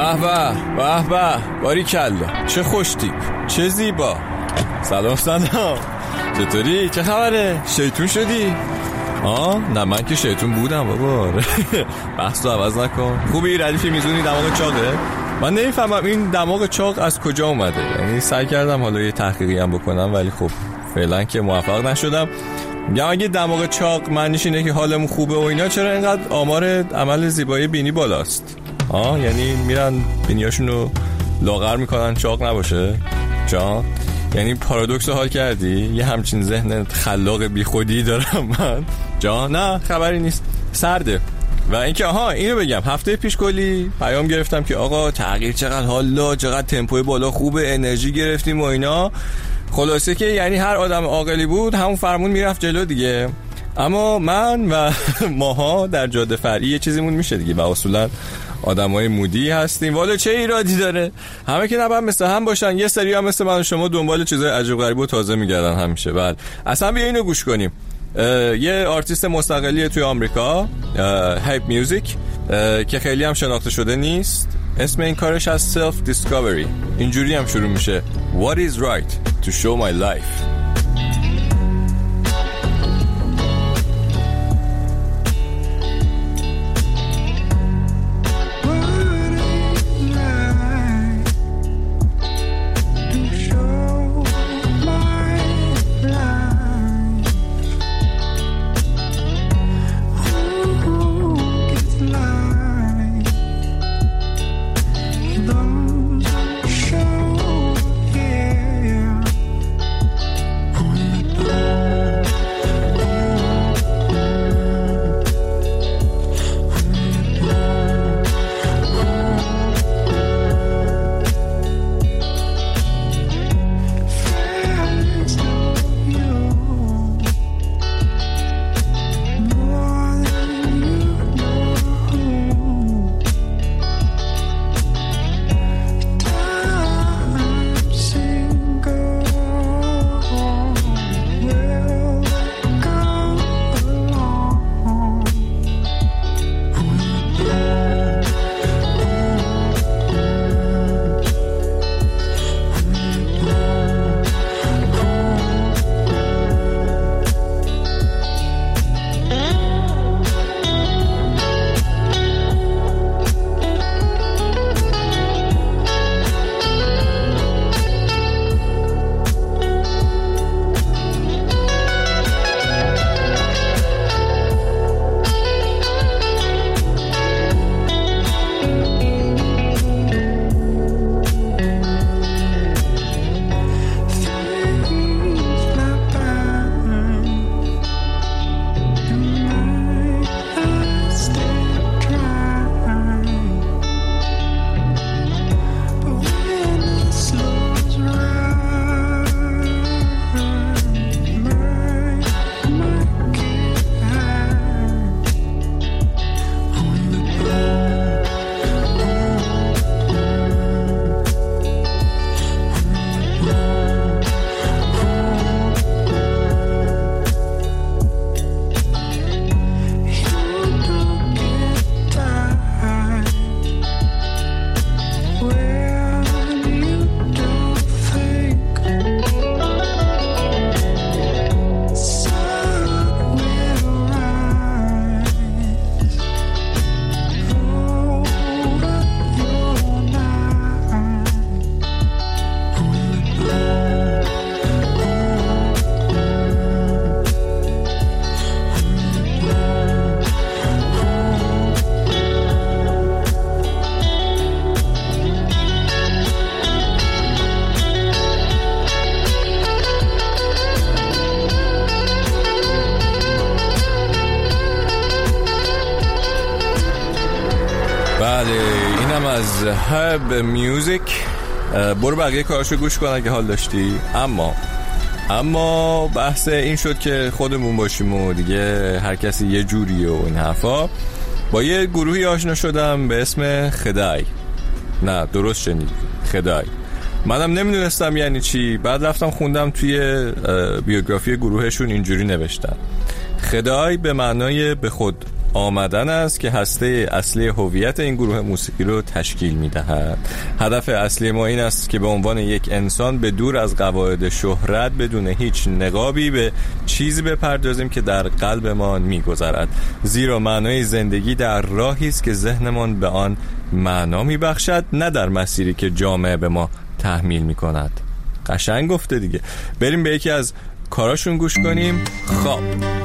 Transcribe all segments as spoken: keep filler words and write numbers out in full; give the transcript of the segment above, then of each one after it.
به به به به باریکلا، چه خوش تیپ، چه زیبا. سلام سلام، چطوری؟ چه خبره؟ شیطون شدی؟ آه نه من که شیطون بودم بابا. بحث رو عوض نکن. خوبی؟ ردیفی میزونی؟ دماغ چاقه؟ من نمیفهمم این دماغ چاق از کجا اومده. یعنی سعی کردم حالا یه تحقیقی هم بکنم ولی خب فعلا که موفق نشدم. یا اگه دماغ چاق معنیش اینه که حالمون خوبه و اینا، چرا اینقدر آمار عمل زیبایی بینی بالاست؟ آه یعنی میرن بینیاشون رو لاغر میکنن چاق نباشه؟ جان یعنی پارادوکس حال کردی؟ یه همچین ذهن خلاق بی خودی دارم من. جان نه خبری نیست، سرده. و اینکه آها اینو بگم، هفته پیش کلی پیام گرفتم که آقا تغییر چقدر حالا، چقدر تمپوی بالا خوبه، انرژی گرفتیم و اینا. خلاصه که یعنی هر آدم عاقلی بود همون فرمون میرفت جلو دیگه. اما من و ماها در جاده فرعی یه چیزیمون میشه دیگه، و اصولا آدمای مودی هستیم. والا چه ایرادی داره؟ همه که نباید مثل هم باشن، یه سری هم مثل من و شما دنبال چیزای عجیب غریب و تازه میگردن همیشه. بله اصلا بیا اینو گوش کنیم. یه آرتیست مستقلیه توی آمریکا، هایپ میوزیک، که خیلی هم شناخته شده نیست. اسم این کارش از سلف دیسکاوری. اینجوری هم شروع میشه: What is right to show my life. اینم از هایپ میوزیک. برو بقیه کاراشو گوش کن اگه حال داشتی. اما اما بحث این شد که خودمون باشیم و دیگه هر کسی یه جوری و این حرفا. با یه گروهی آشنا شدم به اسم خدای. نه درست شنید، خدای. منم نمیدونستم یعنی چی. بعد رفتم خوندم توی بیوگرافی گروهشون اینجوری نوشتن: خدای به معنای به خود آمدن است که هسته اصلی هویت این گروه موسیقی رو تشکیل می‌دهد. هدف اصلی ما این است که به عنوان یک انسان به دور از قواعد شهرت بدون هیچ نقابی به چیزی بپردازیم که در قلبمان می‌گذرد، زیرا معنای زندگی در راهی است که ذهنمان به آن معنا می‌بخشد، نه در مسیری که جامعه به ما تحمیل می‌کند. قشنگ گفته دیگه. بریم به یکی از کاراشون گوش کنیم. خب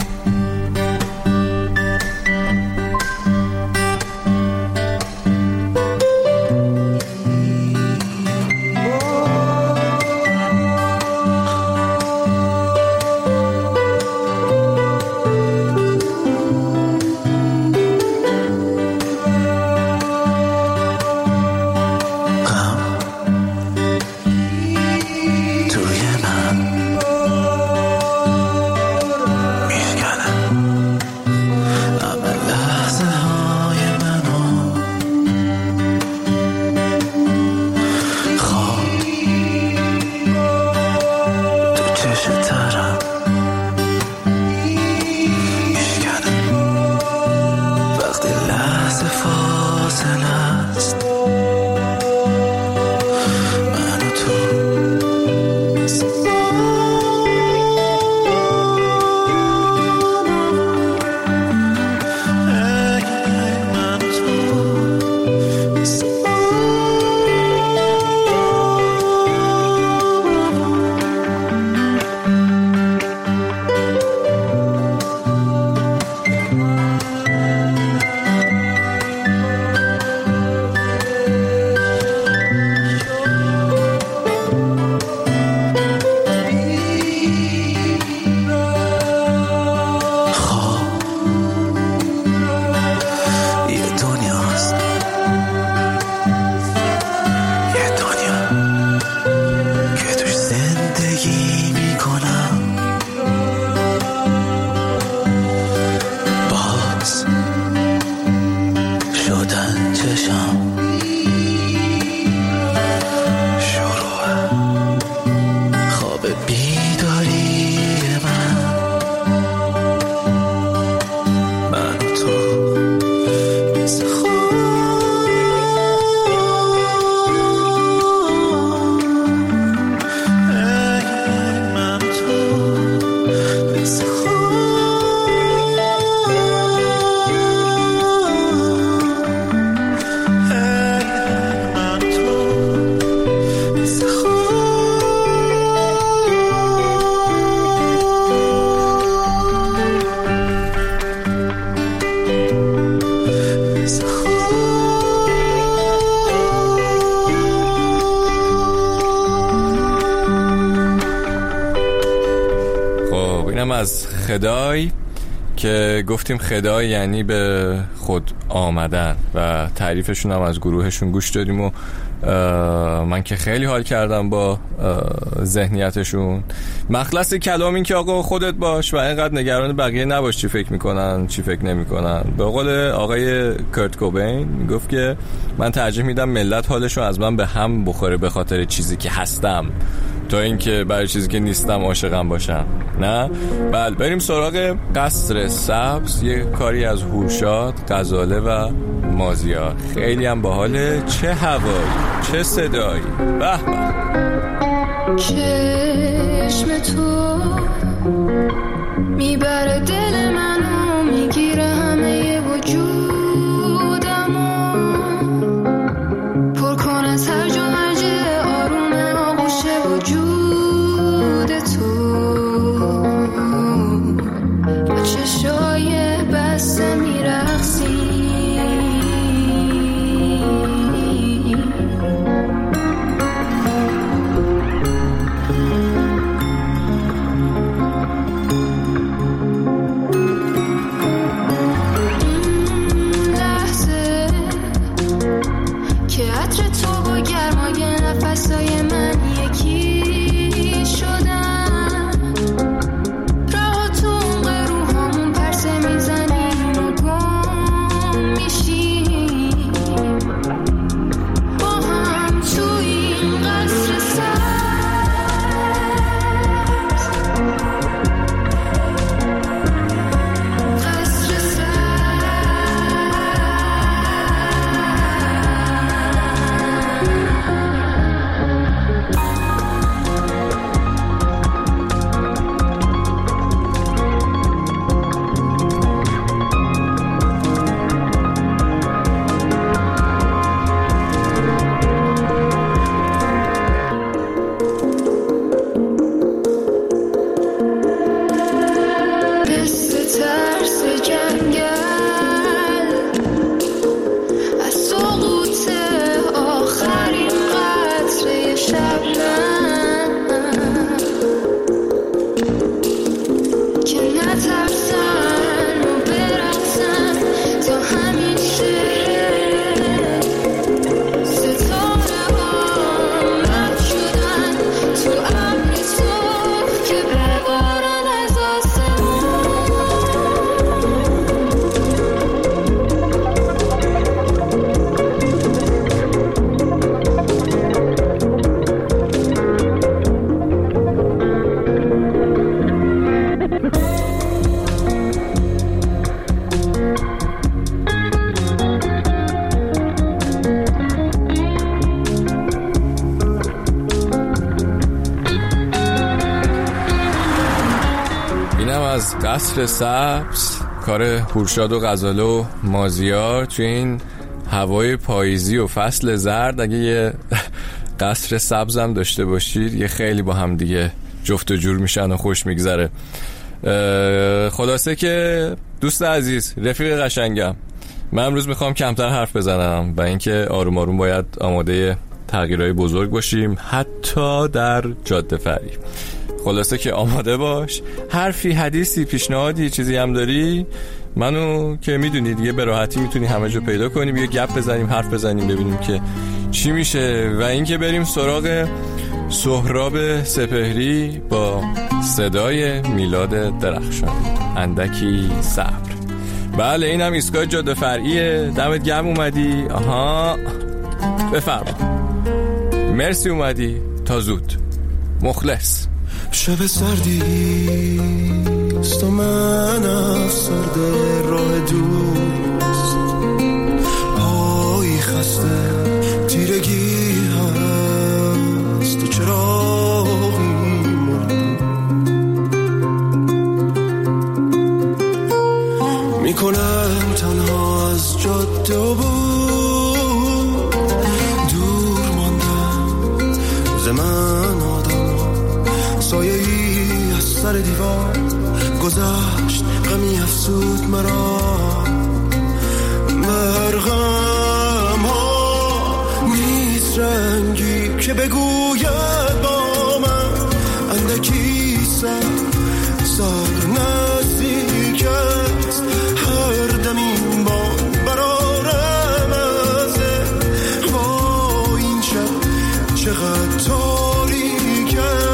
از خدای که گفتیم خدای یعنی به خود آمدن و تعریفشون هم از گروهشون گوش دادیم و من که خیلی حال کردم با ذهنیتشون. مخلص کلام این که آقا خودت باش و اینقدر نگران بقیه نباش چی فکر میکنن چی فکر نمیکنن. به قول آقای کرت کوبین میگفت که من ترجیح میدم ملت حالشون از من به هم بخوره به خاطر چیزی که هستم تا اینکه برای چیزی که نیستم عاشقم باشم. نه؟ بله بریم سراغ قصر سبز، یه کاری از هوشات، غزاله و مازیار. خیلی هم باحاله. چه هوایی، چه صدایی، به به. چشم تو میبره دل منو، میگیره همه وجودمو، پر کن از هر جا هر جه آرومه آغوش وجود تو با چشای بسته میرقصی. قصر سبز، کار هورشاد و غزاله و مازیار توی این هوای پاییزی و فصل زرد. اگه یه قصر سبز هم داشته باشید یه خیلی با هم دیگه جفت و جور میشن و خوش میگذره. خلاصه که دوست عزیز، رفیق قشنگم، من امروز میخوام کمتر حرف بزنم و اینکه آروم آروم باید آماده تغییرهای بزرگ باشیم، حتی در جاده فری. خلاصه که آماده باش، حرفی، حدیثی، پیشنهادی، چیزی هم داری، منو که میدونی دیگه به راحتی میتونی همه جا پیدا کنیم، یه گپ بزنیم، حرف بزنیم، ببینیم که چی میشه و اینکه بریم سراغ سهراب سپهری با صدای میلاد درخشان. اندکی صبر. بله این هم ایستگاه جاده فرعیه. دمت گرم اومدی. آها بفرما. مرسی اومدی. تا زود. مخلص. شب سردیست و من افسرده راه دوست، پایی خسته تیرگی هست و چراغی میکنم تنها از جاده و بود دور ماندم ز من آدم، سایه ای از سر دیوار گذشت، غمی افسود مرا، مرغم ها نیست رنگی که بگوید با من، اندکی سر سر نزدیک است، هر دم این باد برارم ازه، با این شب چقدر تاریک است.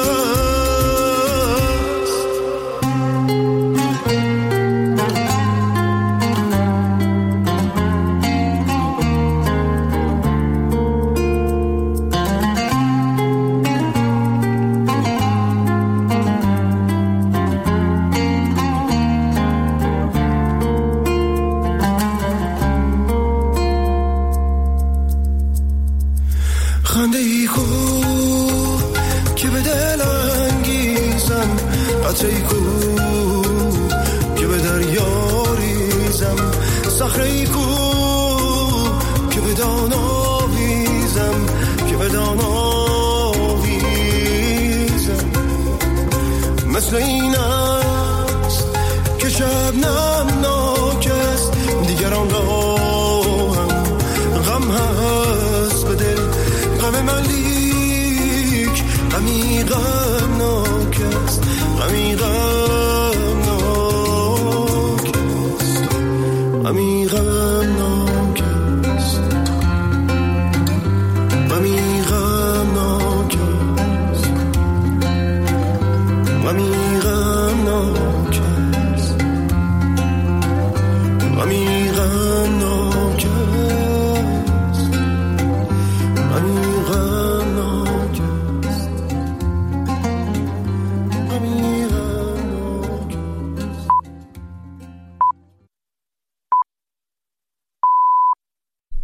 خنده ای کو که به دل انگیزم، قطره ای کو